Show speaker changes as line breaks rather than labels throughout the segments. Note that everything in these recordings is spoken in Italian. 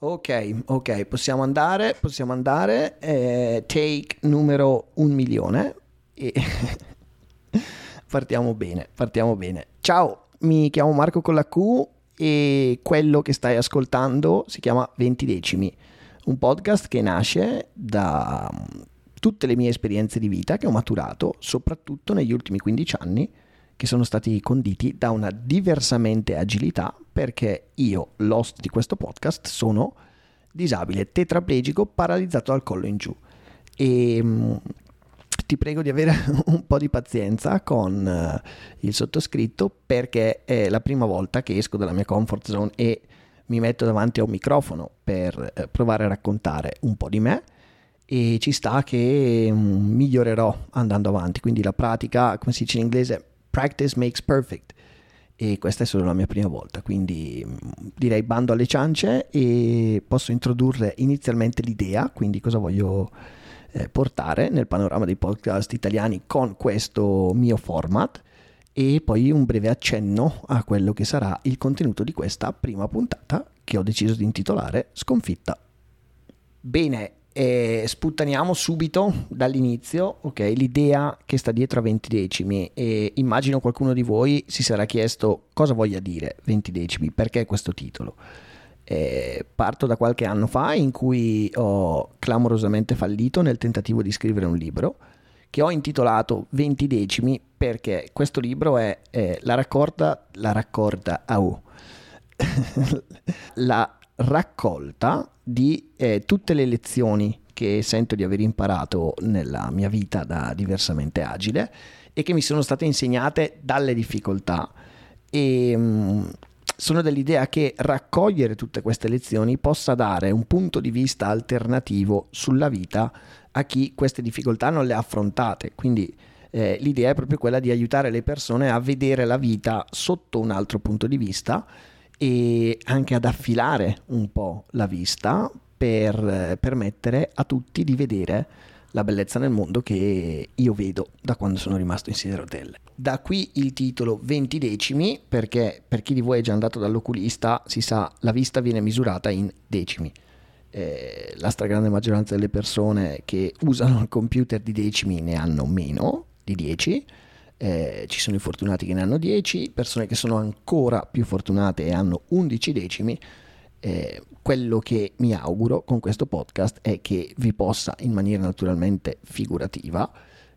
Ok, possiamo andare. Take numero 1.000.000 e partiamo bene. Ciao, mi chiamo Marco con la Q e quello che stai ascoltando si chiama 20 decimi, un podcast che nasce da tutte le mie esperienze di vita che ho maturato, soprattutto negli ultimi 15 anni, che sono stati conditi da una diversamente agilità, perché io, l'host di questo podcast, sono disabile, tetraplegico, paralizzato dal collo in giù. E ti prego di avere un po' di pazienza con il sottoscritto, perché è la prima volta che esco dalla mia comfort zone e mi metto davanti a un microfono per provare a raccontare un po' di me, e ci sta che migliorerò andando avanti, quindi la pratica, come si dice in inglese, practice makes perfect, e questa è solo la mia prima volta, quindi direi bando alle ciance e posso introdurre inizialmente l'idea, quindi cosa voglio portare nel panorama dei podcast italiani con questo mio format, e poi un breve accenno a quello che sarà il contenuto di questa prima puntata, che ho deciso di intitolare Sconfitta. Bene, sputtaniamo subito dall'inizio, ok? L'idea che sta dietro a 20 decimi, e immagino qualcuno di voi si sarà chiesto cosa voglia dire 20 decimi, perché questo titolo. Parto da qualche anno fa in cui ho clamorosamente fallito nel tentativo di scrivere un libro che ho intitolato 20 decimi, perché questo libro è la raccolta di tutte le lezioni che sento di aver imparato nella mia vita da diversamente agile e che mi sono state insegnate dalle difficoltà, e sono dell'idea che raccogliere tutte queste lezioni possa dare un punto di vista alternativo sulla vita a chi queste difficoltà non le ha affrontate. Quindi l'idea è proprio quella di aiutare le persone a vedere la vita sotto un altro punto di vista e anche ad affilare un po' la vista per permettere a tutti di vedere la bellezza nel mondo che io vedo da quando sono rimasto in sedia a rotelle. Da qui il titolo 20 decimi, perché per chi di voi è già andato dall'oculista si sa, la vista viene misurata in decimi. La stragrande maggioranza delle persone che usano il computer di decimi ne hanno meno di 10. Ci sono i fortunati che ne hanno 10, persone che sono ancora più fortunate e hanno 11 decimi. Quello che mi auguro con questo podcast è che vi possa, in maniera naturalmente figurativa,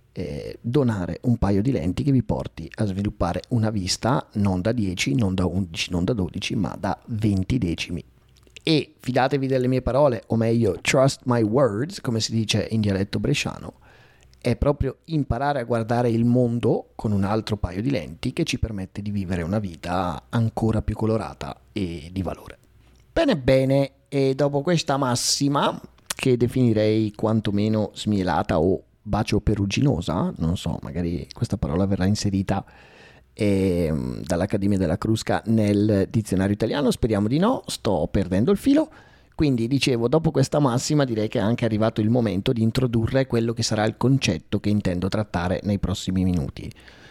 donare un paio di lenti che vi porti a sviluppare una vista non da 10, non da 11, non da 12, ma da 20 decimi. E fidatevi delle mie parole, o meglio, trust my words, come si dice in dialetto bresciano. È proprio imparare a guardare il mondo con un altro paio di lenti che ci permette di vivere una vita ancora più colorata e di valore. Bene, e dopo questa massima, che definirei quantomeno smielata o bacio peruginosa, non so, magari questa parola verrà inserita dall'Accademia della Crusca nel dizionario italiano, speriamo di no, sto perdendo il filo. Quindi dicevo, dopo questa massima direi che è anche arrivato il momento di introdurre quello che sarà il concetto che intendo trattare nei prossimi minuti.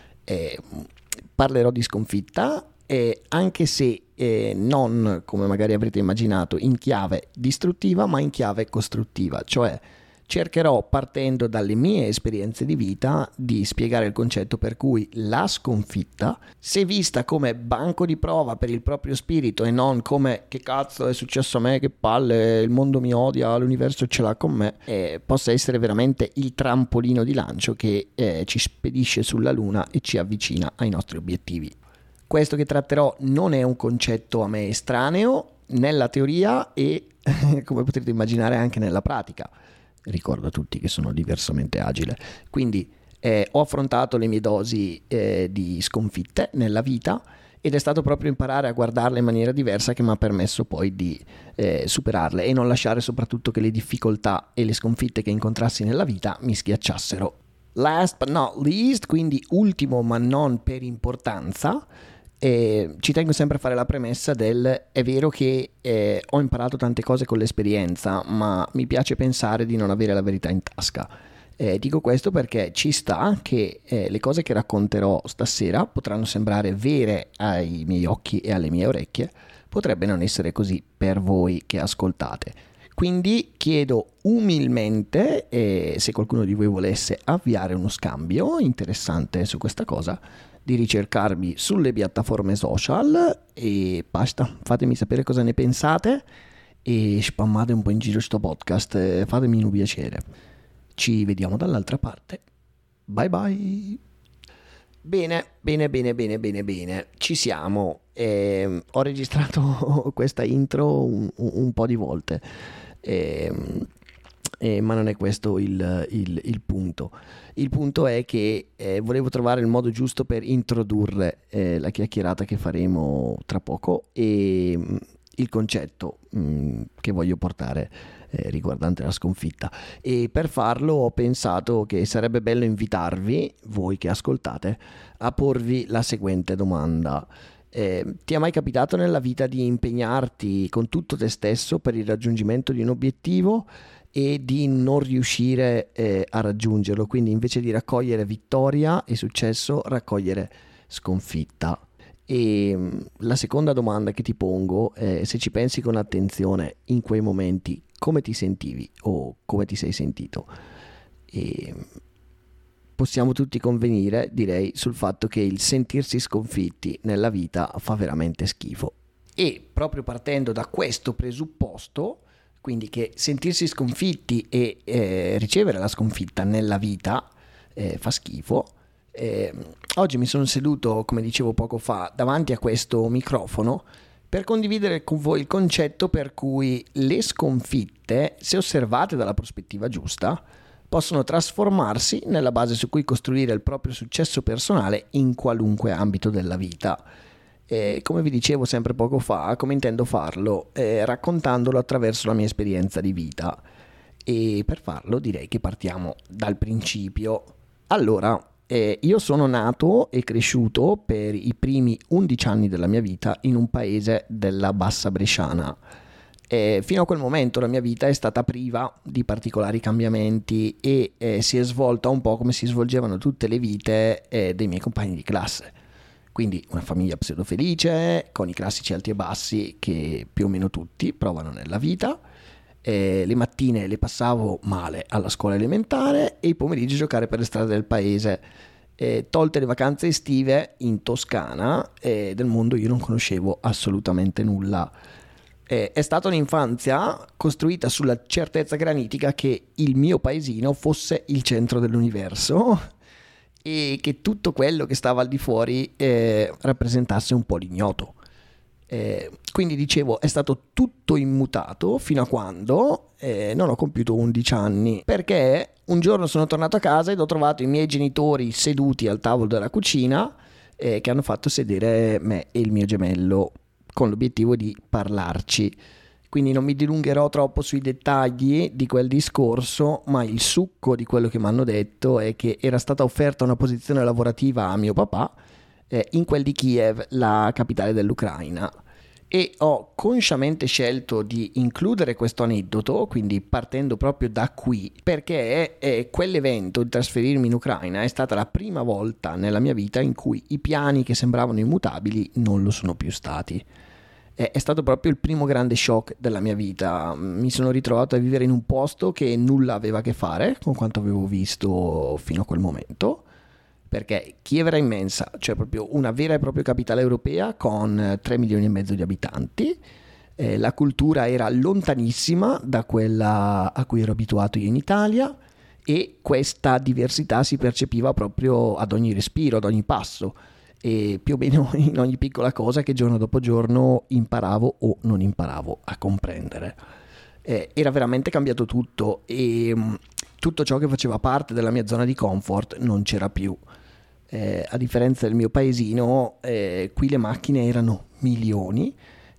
Parlerò di sconfitta, anche se non, come magari avrete immaginato, in chiave distruttiva, ma in chiave costruttiva, cioè cercherò, partendo dalle mie esperienze di vita, di spiegare il concetto per cui la sconfitta, se vista come banco di prova per il proprio spirito e non come che cazzo è successo a me, che palle, il mondo mi odia, l'universo ce l'ha con me, possa essere veramente il trampolino di lancio che ci spedisce sulla luna e ci avvicina ai nostri obiettivi. Questo che tratterò non è un concetto a me estraneo nella teoria e come potrete immaginare anche nella pratica. Ricordo a tutti che sono diversamente agile, quindi ho affrontato le mie dosi di sconfitte nella vita, ed è stato proprio imparare a guardarle in maniera diversa che mi ha permesso poi di superarle e non lasciare soprattutto che le difficoltà e le sconfitte che incontrassi nella vita mi schiacciassero. Last but not least, quindi ultimo ma non per importanza, ci tengo sempre a fare la premessa è vero che ho imparato tante cose con l'esperienza, ma mi piace pensare di non avere la verità in tasca. Dico questo perché ci sta che le cose che racconterò stasera potranno sembrare vere ai miei occhi e alle mie orecchie, potrebbe non essere così per voi che ascoltate. Quindi chiedo umilmente, se qualcuno di voi volesse avviare uno scambio interessante su questa cosa, di ricercarmi sulle piattaforme social e basta, fatemi sapere cosa ne pensate e spammate un po' in giro sto podcast, fatemi un piacere. Ci vediamo dall'altra parte. Bye bye. Bene, ci siamo. Ho registrato questa intro un po' di volte, ma non è questo il punto. Il punto è che volevo trovare il modo giusto per introdurre la chiacchierata che faremo tra poco e il concetto che voglio portare riguardante la sconfitta, e per farlo ho pensato che sarebbe bello invitarvi, voi che ascoltate, a porvi la seguente domanda. Ti è mai capitato nella vita di impegnarti con tutto te stesso per il raggiungimento di un obiettivo e di non riuscire a raggiungerlo, quindi invece di raccogliere vittoria e successo raccogliere sconfitta? E la seconda domanda che ti pongo è: se ci pensi con attenzione, in quei momenti come ti sentivi o come ti sei sentito? E possiamo tutti convenire, direi, sul fatto che il sentirsi sconfitti nella vita fa veramente schifo. E proprio partendo da questo presupposto, quindi che sentirsi sconfitti e ricevere la sconfitta nella vita fa schifo, oggi mi sono seduto, come dicevo poco fa, davanti a questo microfono per condividere con voi il concetto per cui le sconfitte, se osservate dalla prospettiva giusta, possono trasformarsi nella base su cui costruire il proprio successo personale in qualunque ambito della vita. Come vi dicevo sempre poco fa, come intendo farlo? Raccontandolo attraverso la mia esperienza di vita. E per farlo direi che partiamo dal principio. Allora, io sono nato e cresciuto per i primi 11 anni della mia vita in un paese della Bassa Bresciana. Fino a quel momento la mia vita è stata priva di particolari cambiamenti e si è svolta un po' come si svolgevano tutte le vite dei miei compagni di classe. Quindi una famiglia pseudofelice, con i classici alti e bassi che più o meno tutti provano nella vita. Le mattine le passavo male alla scuola elementare e i pomeriggi a giocare per le strade del paese. Tolte le vacanze estive in Toscana, del mondo io non conoscevo assolutamente nulla. È stata un'infanzia costruita sulla certezza granitica che il mio paesino fosse il centro dell'universo e che tutto quello che stava al di fuori rappresentasse un po' l'ignoto. Quindi dicevo, è stato tutto immutato fino a quando non ho compiuto 11 anni, perché un giorno sono tornato a casa ed ho trovato i miei genitori seduti al tavolo della cucina che hanno fatto sedere me e il mio gemello con l'obiettivo di parlarci. Quindi non mi dilungherò troppo sui dettagli di quel discorso, ma il succo di quello che mi hanno detto è che era stata offerta una posizione lavorativa a mio papà in quel di Kiev, la capitale dell'Ucraina, e ho consciamente scelto di includere questo aneddoto, quindi partendo proprio da qui, perché quell'evento di trasferirmi in Ucraina è stata la prima volta nella mia vita in cui i piani che sembravano immutabili non lo sono più stati. È stato proprio il primo grande shock della mia vita. Mi sono ritrovato a vivere in un posto che nulla aveva a che fare con quanto avevo visto fino a quel momento, perché Kiev era immensa, cioè proprio una vera e propria capitale europea con 3 milioni e mezzo di abitanti. La cultura era lontanissima da quella a cui ero abituato io in Italia e questa diversità si percepiva proprio ad ogni respiro, ad ogni passo, e più o meno in ogni piccola cosa che giorno dopo giorno imparavo o non imparavo a comprendere. Era veramente cambiato tutto e tutto ciò che faceva parte della mia zona di comfort non c'era più. A differenza del mio paesino, qui le macchine erano milioni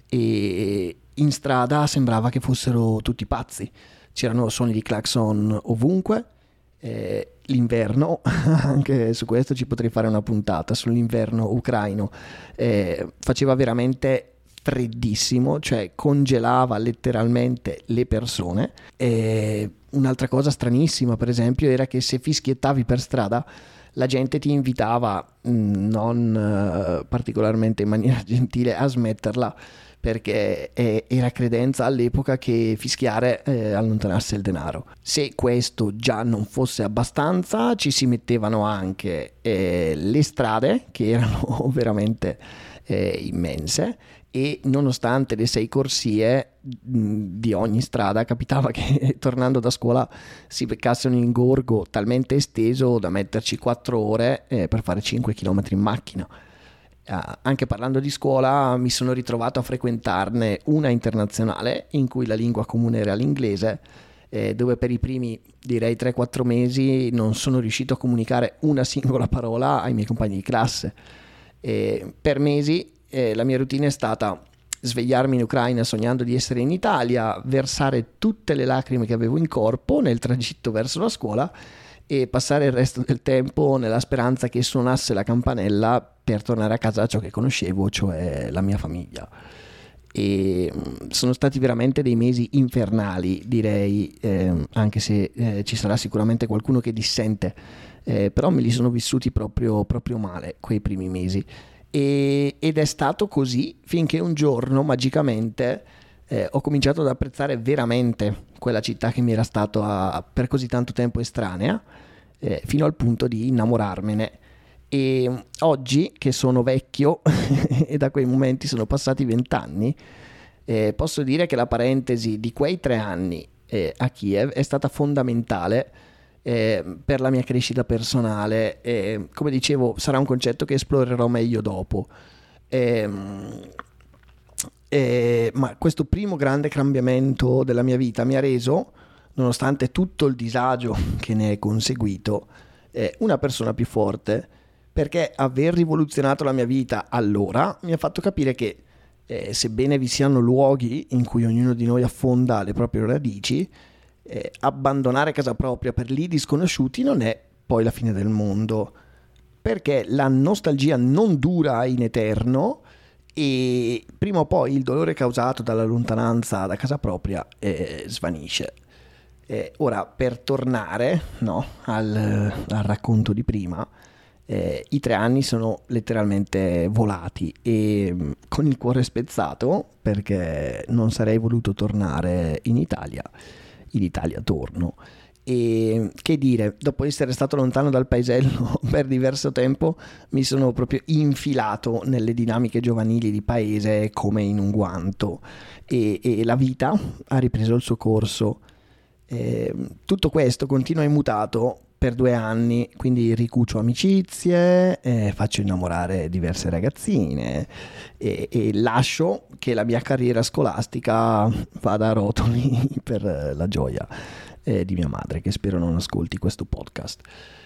e in strada sembrava che fossero tutti pazzi. C'erano suoni di clacson ovunque. L'inverno, anche su questo ci potrei fare una puntata sull'inverno ucraino, faceva veramente freddissimo, cioè congelava letteralmente le persone. Un'altra cosa stranissima, per esempio, era che se fischiettavi per strada la gente ti invitava, non particolarmente in maniera gentile, a smetterla, perché era credenza all'epoca che fischiare allontanasse il denaro. Se questo già non fosse abbastanza, ci si mettevano anche le strade, che erano veramente immense, e nonostante le 6 corsie di ogni strada, capitava che tornando da scuola si beccasse un ingorgo talmente esteso da metterci 4 ore per fare 5 km in macchina. Anche parlando di scuola, mi sono ritrovato a frequentarne una internazionale in cui la lingua comune era l'inglese, dove per i primi, direi 3-4 mesi, non sono riuscito a comunicare una singola parola ai miei compagni di classe. Per mesi la mia routine è stata svegliarmi in Ucraina sognando di essere in Italia, versare tutte le lacrime che avevo in corpo nel tragitto verso la scuola e passare il resto del tempo nella speranza che suonasse la campanella per tornare a casa a ciò che conoscevo, cioè la mia famiglia. E sono stati veramente dei mesi infernali, direi, anche se ci sarà sicuramente qualcuno che dissente, però me li sono vissuti proprio male quei primi mesi. Ed è stato così finché un giorno magicamente ho cominciato ad apprezzare veramente quella città che mi era stata per così tanto tempo estranea, fino al punto di innamorarmene. E oggi che sono vecchio e da quei momenti sono passati 20 anni, posso dire che la parentesi di quei 3 anni a Kiev è stata fondamentale per la mia crescita personale. Come dicevo, sarà un concetto che esplorerò meglio dopo, ma questo primo grande cambiamento della mia vita mi ha reso, nonostante tutto il disagio che ne è conseguito, una persona più forte, perché aver rivoluzionato la mia vita allora mi ha fatto capire che sebbene vi siano luoghi in cui ognuno di noi affonda le proprie radici, abbandonare casa propria per lidi sconosciuti non è poi la fine del mondo, perché la nostalgia non dura in eterno e prima o poi il dolore causato dalla lontananza da casa propria svanisce. Ora, per tornare al racconto di prima, i 3 anni sono letteralmente volati e con il cuore spezzato, perché non sarei voluto tornare in Italia torno. E che dire, dopo essere stato lontano dal paesello per diverso tempo, mi sono proprio infilato nelle dinamiche giovanili di paese come in un guanto e la vita ha ripreso il suo corso. Tutto questo continua immutato per 2 anni, quindi ricucio amicizie, faccio innamorare diverse ragazzine e lascio che la mia carriera scolastica vada a rotoli per la gioia di mia madre, che spero non ascolti questo podcast.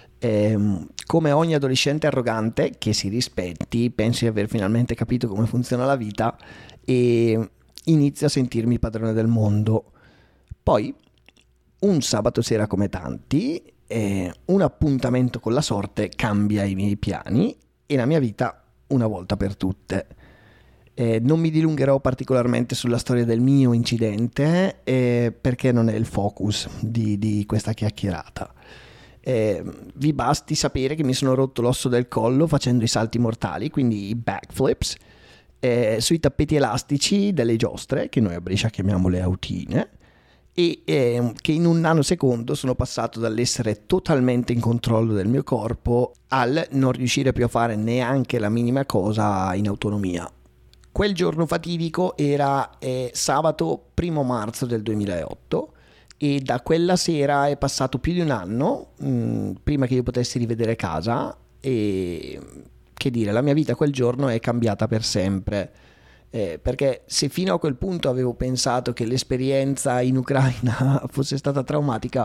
Come ogni adolescente arrogante che si rispetti, penso di aver finalmente capito come funziona la vita e inizio a sentirmi padrone del mondo. Poi, un sabato sera come tanti, un appuntamento con la sorte cambia i miei piani e la mia vita una volta per tutte. Non mi dilungherò particolarmente sulla storia del mio incidente perché non è il focus di questa chiacchierata. Vi basti sapere che mi sono rotto l'osso del collo facendo i salti mortali, quindi i backflips, sui tappeti elastici delle giostre, che noi a Brescia chiamiamo le autine, e che in un nanosecondo sono passato dall'essere totalmente in controllo del mio corpo al non riuscire più a fare neanche la minima cosa in autonomia. Quel giorno fatidico era sabato 1 marzo del 2008 e da quella sera è passato più di un anno prima che io potessi rivedere casa e che dire, la mia vita quel giorno è cambiata per sempre. Perché se fino a quel punto avevo pensato che l'esperienza in Ucraina fosse stata traumatica,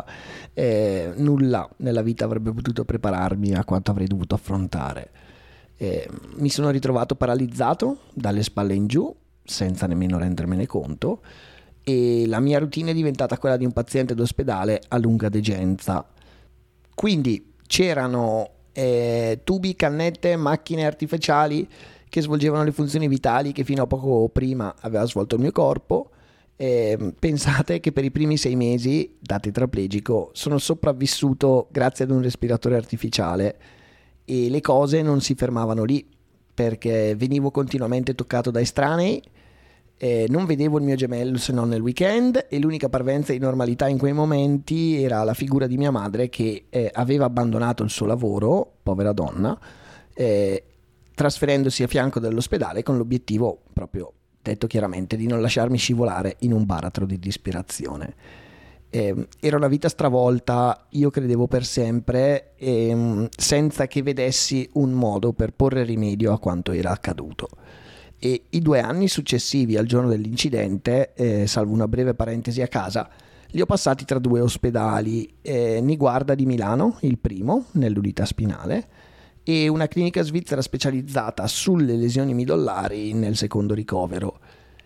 nulla nella vita avrebbe potuto prepararmi a quanto avrei dovuto affrontare. Mi sono ritrovato paralizzato dalle spalle in giù senza nemmeno rendermene conto e la mia routine è diventata quella di un paziente d'ospedale a lunga degenza. Quindi c'erano tubi, cannette, macchine artificiali che svolgevano le funzioni vitali che fino a poco prima aveva svolto il mio corpo. Pensate che per i primi 6 mesi da tetraplegico sono sopravvissuto grazie ad un respiratore artificiale e le cose non si fermavano lì, perché venivo continuamente toccato da estranei, non vedevo il mio gemello se non nel weekend, e l'unica parvenza di normalità in quei momenti era la figura di mia madre che aveva abbandonato il suo lavoro, povera donna, trasferendosi a fianco dell'ospedale con l'obiettivo, proprio detto chiaramente, di non lasciarmi scivolare in un baratro di disperazione. Era una vita stravolta, io credevo per sempre, senza che vedessi un modo per porre rimedio a quanto era accaduto. E i 2 anni successivi al giorno dell'incidente, salvo una breve parentesi a casa, li ho passati tra 2 ospedali, Niguarda di Milano, il primo, nell'unità spinale, e una clinica svizzera specializzata sulle lesioni midollari nel secondo ricovero.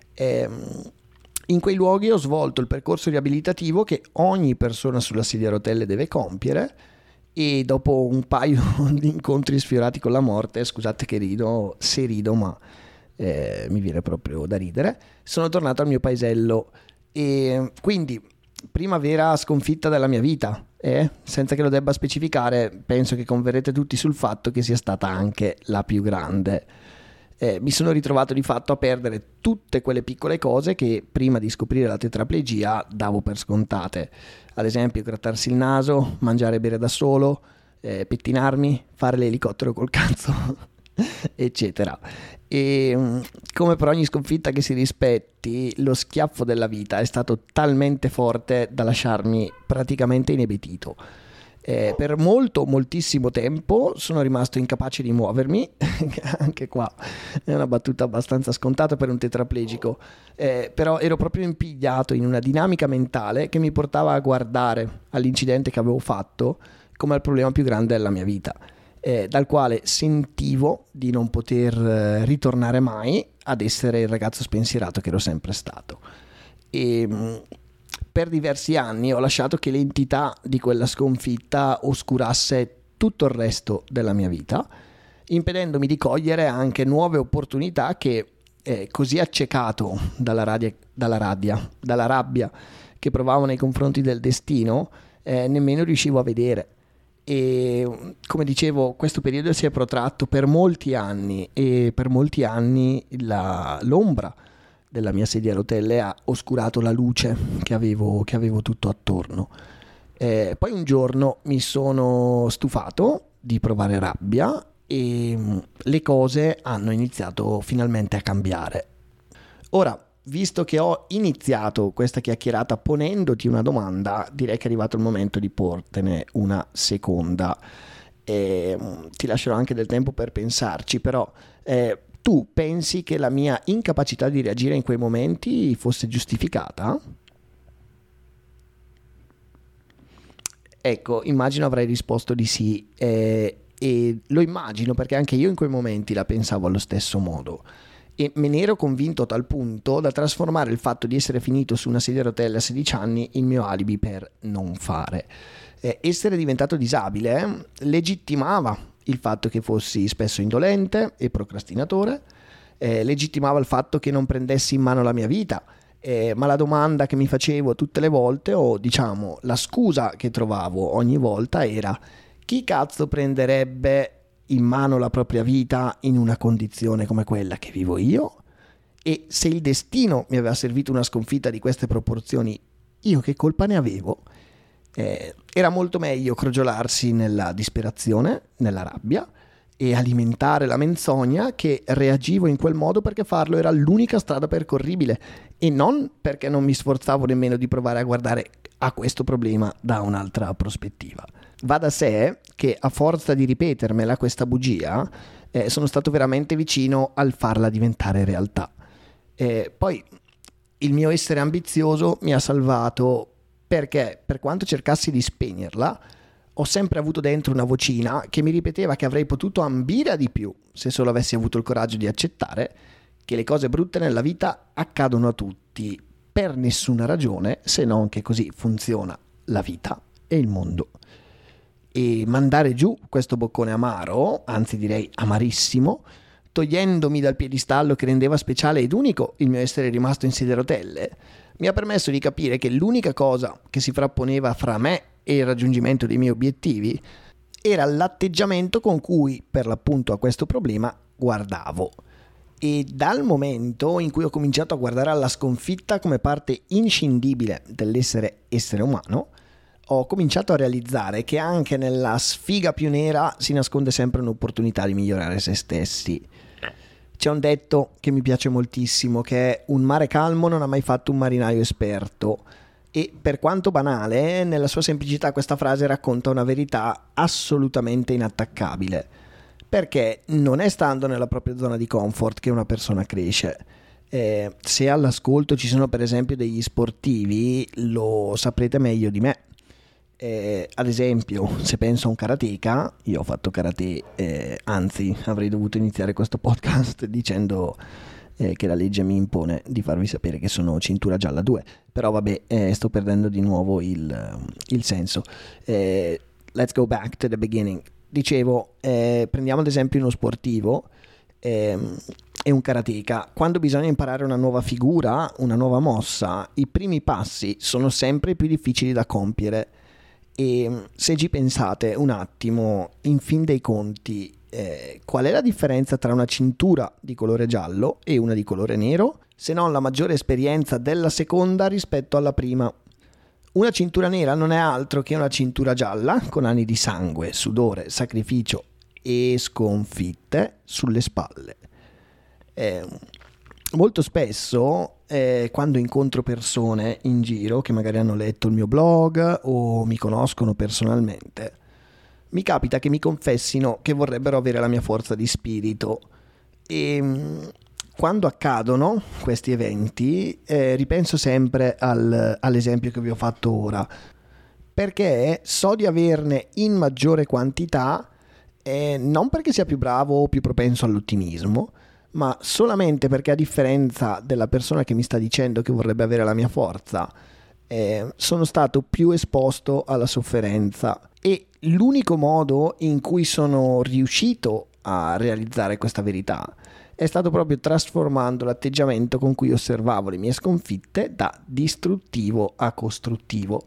In quei luoghi ho svolto il percorso riabilitativo che ogni persona sulla sedia a rotelle deve compiere, e dopo un paio di incontri sfiorati con la morte, scusate che rido, se rido, ma mi viene proprio da ridere, sono tornato al mio paesello. E quindi prima vera sconfitta della mia vita, senza che lo debba specificare, penso che converrete tutti sul fatto che sia stata anche la più grande. Mi sono ritrovato di fatto a perdere tutte quelle piccole cose che prima di scoprire la tetraplegia davo per scontate, ad esempio grattarsi il naso, mangiare e bere da solo, pettinarmi, fare l'elicottero col cazzo eccetera. E come per ogni sconfitta che si rispetti, lo schiaffo della vita è stato talmente forte da lasciarmi praticamente inebetito. Per moltissimo tempo sono rimasto incapace di muovermi anche qua è una battuta abbastanza scontata per un tetraplegico, però ero proprio impigliato in una dinamica mentale che mi portava a guardare all'incidente che avevo fatto come al problema più grande della mia vita, dal quale sentivo di non poter ritornare mai ad essere il ragazzo spensierato che ero sempre stato. E per diversi anni ho lasciato che l'entità di quella sconfitta oscurasse tutto il resto della mia vita, impedendomi di cogliere anche nuove opportunità che, così accecato dalla rabbia che provavo nei confronti del destino, nemmeno riuscivo a vedere. E come dicevo, questo periodo si è protratto per molti anni, e per molti anni l'ombra della mia sedia a rotelle ha oscurato la luce che avevo tutto attorno. Poi un giorno mi sono stufato di provare rabbia e le cose hanno iniziato finalmente a cambiare. Ora, visto che ho iniziato questa chiacchierata ponendoti una domanda, direi che è arrivato il momento di portene una seconda. Ti lascerò anche del tempo per pensarci, però tu pensi che la mia incapacità di reagire in quei momenti fosse giustificata? Ecco, immagino avrai risposto di sì, e lo immagino perché anche io in quei momenti la pensavo allo stesso modo. E me ne ero convinto a tal punto da trasformare il fatto di essere finito su una sedia a rotelle a 16 anni in mio alibi per non fare. Essere diventato disabile legittimava il fatto che fossi spesso indolente e procrastinatore, legittimava il fatto che non prendessi in mano la mia vita, ma la domanda che mi facevo tutte le volte, o diciamo la scusa che trovavo ogni volta, era: chi cazzo prenderebbe in mano la propria vita in una condizione come quella che vivo io? E se il destino mi aveva servito una sconfitta di queste proporzioni, io che colpa ne avevo? Era molto meglio crogiolarsi nella disperazione, nella rabbia, e alimentare la menzogna che reagivo in quel modo perché farlo era l'unica strada percorribile, e non perché non mi sforzavo nemmeno di provare a guardare a questo problema da un'altra prospettiva. Va da sé che a forza di ripetermela questa bugia, sono stato veramente vicino al farla diventare realtà. Poi il mio essere ambizioso mi ha salvato, perché per quanto cercassi di spegnerla, ho sempre avuto dentro una vocina che mi ripeteva che avrei potuto ambire a di più se solo avessi avuto il coraggio di accettare che le cose brutte nella vita accadono a tutti per nessuna ragione, se non che così funziona la vita e il mondo. E mandare giù questo boccone amaro, anzi direi amarissimo, togliendomi dal piedistallo che rendeva speciale ed unico il mio essere rimasto in sedia a rotelle, mi ha permesso di capire che l'unica cosa che si frapponeva fra me e il raggiungimento dei miei obiettivi era l'atteggiamento con cui, per l'appunto, a questo problema guardavo. E dal momento in cui ho cominciato a guardare alla sconfitta come parte inscindibile dell'essere essere umano, ho cominciato a realizzare che anche nella sfiga più nera si nasconde sempre un'opportunità di migliorare se stessi. C'è un detto che mi piace moltissimo, che è: un mare calmo non ha mai fatto un marinaio esperto. E per quanto banale, nella sua semplicità questa frase racconta una verità assolutamente inattaccabile, perché non è stando nella propria zona di comfort che una persona cresce. Se all'ascolto ci sono per esempio degli sportivi, lo saprete meglio di me. Ad esempio, se penso a un karateka, io ho fatto karate, anzi avrei dovuto iniziare questo podcast dicendo che la legge mi impone di farvi sapere che sono cintura gialla 2, però vabbè, sto perdendo di nuovo il senso. Let's go back to the beginning. Dicevo, prendiamo ad esempio uno sportivo e un karateka. Quando bisogna imparare una nuova figura, una nuova mossa, i primi passi sono sempre più difficili da compiere. E se ci pensate un attimo, in fin dei conti, qual è la differenza tra una cintura di colore giallo e una di colore nero? Se non la maggiore esperienza della seconda rispetto alla prima. Una cintura nera non è altro che una cintura gialla con anni di sangue, sudore, sacrificio e sconfitte sulle spalle. Molto spesso quando incontro persone in giro che magari hanno letto il mio blog o mi conoscono personalmente, mi capita che mi confessino che vorrebbero avere la mia forza di spirito, e quando accadono questi eventi ripenso sempre all'esempio che vi ho fatto ora, perché so di averne in maggiore quantità, non perché sia più bravo o più propenso all'ottimismo, ma solamente perché, a differenza della persona che mi sta dicendo che vorrebbe avere la mia forza, sono stato più esposto alla sofferenza, e l'unico modo in cui sono riuscito a realizzare questa verità è stato proprio trasformando l'atteggiamento con cui osservavo le mie sconfitte da distruttivo a costruttivo,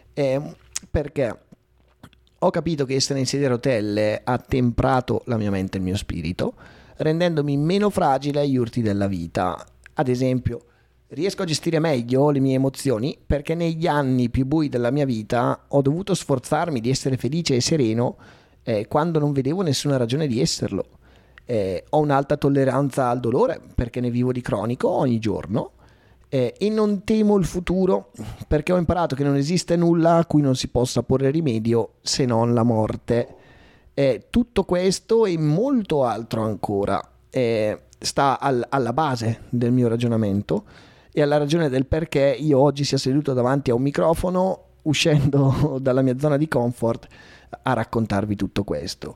perché ho capito che essere in sedia a rotelle ha temprato la mia mente e il mio spirito, rendendomi meno fragile agli urti della vita. Ad esempio, riesco a gestire meglio le mie emozioni perché negli anni più bui della mia vita ho dovuto sforzarmi di essere felice e sereno quando non vedevo nessuna ragione di esserlo. Ho un'alta tolleranza al dolore perché ne vivo di cronico ogni giorno, e non temo il futuro perché ho imparato che non esiste nulla a cui non si possa porre rimedio se non la morte. Tutto questo e molto altro ancora sta alla base del mio ragionamento e alla ragione del perché io oggi sia seduto davanti a un microfono, uscendo dalla mia zona di comfort, a raccontarvi tutto questo.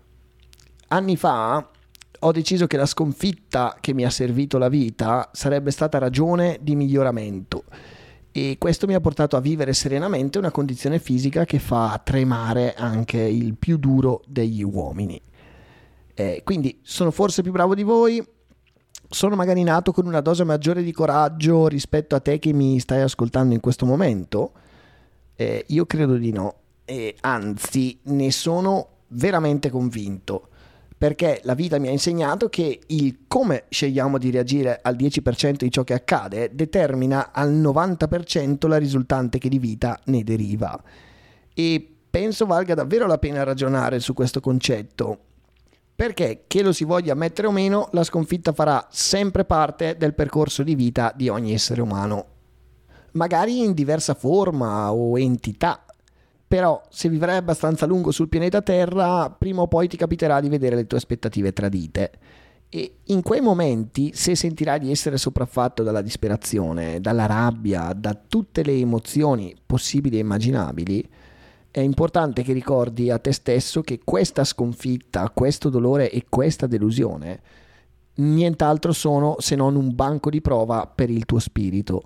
Anni fa ho deciso che la sconfitta che mi ha servito la vita sarebbe stata ragione di miglioramento, e questo mi ha portato a vivere serenamente una condizione fisica che fa tremare anche il più duro degli uomini. Quindi sono forse più bravo di voi? Sono magari nato con una dose maggiore di coraggio rispetto a te che mi stai ascoltando in questo momento? Io credo di no, anzi ne sono veramente convinto, perché la vita mi ha insegnato che il come scegliamo di reagire al 10% di ciò che accade determina al 90% la risultante che di vita ne deriva. E penso valga davvero la pena ragionare su questo concetto, perché, che lo si voglia ammettere o meno, la sconfitta farà sempre parte del percorso di vita di ogni essere umano, magari in diversa forma o entità. Però se vivrai abbastanza a lungo sul pianeta Terra, prima o poi ti capiterà di vedere le tue aspettative tradite. E in quei momenti, se sentirai di essere sopraffatto dalla disperazione, dalla rabbia, da tutte le emozioni possibili e immaginabili, è importante che ricordi a te stesso che questa sconfitta, questo dolore e questa delusione nient'altro sono se non un banco di prova per il tuo spirito.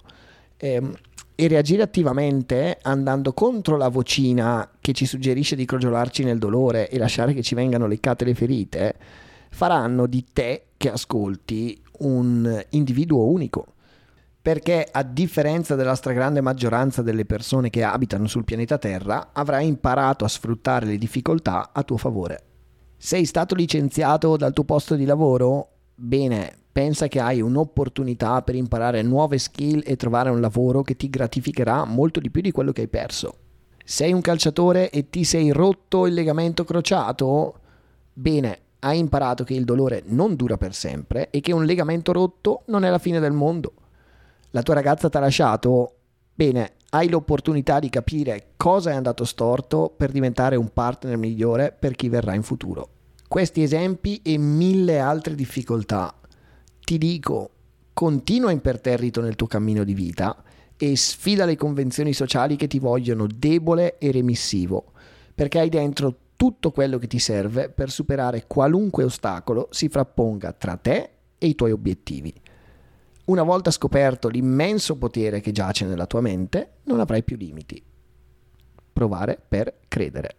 E reagire attivamente, andando contro la vocina che ci suggerisce di crogiolarci nel dolore e lasciare che ci vengano leccate le ferite, faranno di te che ascolti un individuo unico. Perché a differenza della stragrande maggioranza delle persone che abitano sul pianeta Terra, avrai imparato a sfruttare le difficoltà a tuo favore. Sei stato licenziato dal tuo posto di lavoro? Bene, pensa che hai un'opportunità per imparare nuove skill e trovare un lavoro che ti gratificherà molto di più di quello che hai perso. Sei un calciatore e ti sei rotto il legamento crociato? Bene, hai imparato che il dolore non dura per sempre e che un legamento rotto non è la fine del mondo. La tua ragazza ti ha lasciato? Bene, hai l'opportunità di capire cosa è andato storto per diventare un partner migliore per chi verrà in futuro. Questi esempi e mille altre difficoltà. Ti dico, continua imperterrito nel tuo cammino di vita e sfida le convenzioni sociali che ti vogliono debole e remissivo, perché hai dentro tutto quello che ti serve per superare qualunque ostacolo si frapponga tra te e i tuoi obiettivi. Una volta scoperto l'immenso potere che giace nella tua mente, non avrai più limiti. Provare per credere.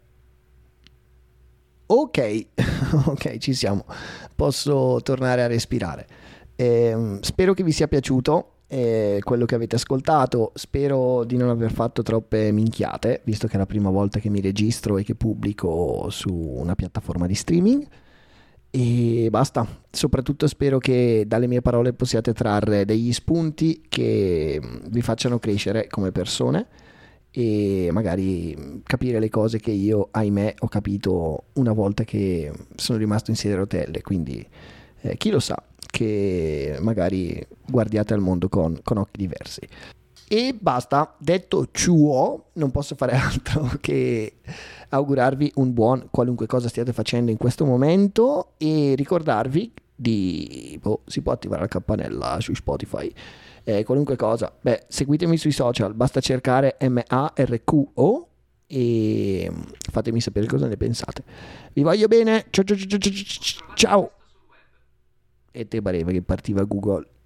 Ok, ok, ci siamo. Posso tornare a respirare. Spero che vi sia piaciuto quello che avete ascoltato. Spero di non aver fatto troppe minchiate, visto che è la prima volta che mi registro e che pubblico su una piattaforma di streaming. E basta, soprattutto spero che dalle mie parole possiate trarre degli spunti che vi facciano crescere come persone e magari capire le cose che io, ahimè, ho capito una volta che sono rimasto in sedia a rotelle. Quindi chi lo sa, che magari guardiate al mondo con occhi diversi. E basta, detto ciò, non posso fare altro che augurarvi un buon qualunque cosa stiate facendo in questo momento e ricordarvi di si può attivare la campanella su Spotify, qualunque cosa. Seguitemi sui social, basta cercare MARQO e fatemi sapere cosa ne pensate. Vi voglio bene, ciao ciao ciao ciao ciao. E te pareva che partiva Google.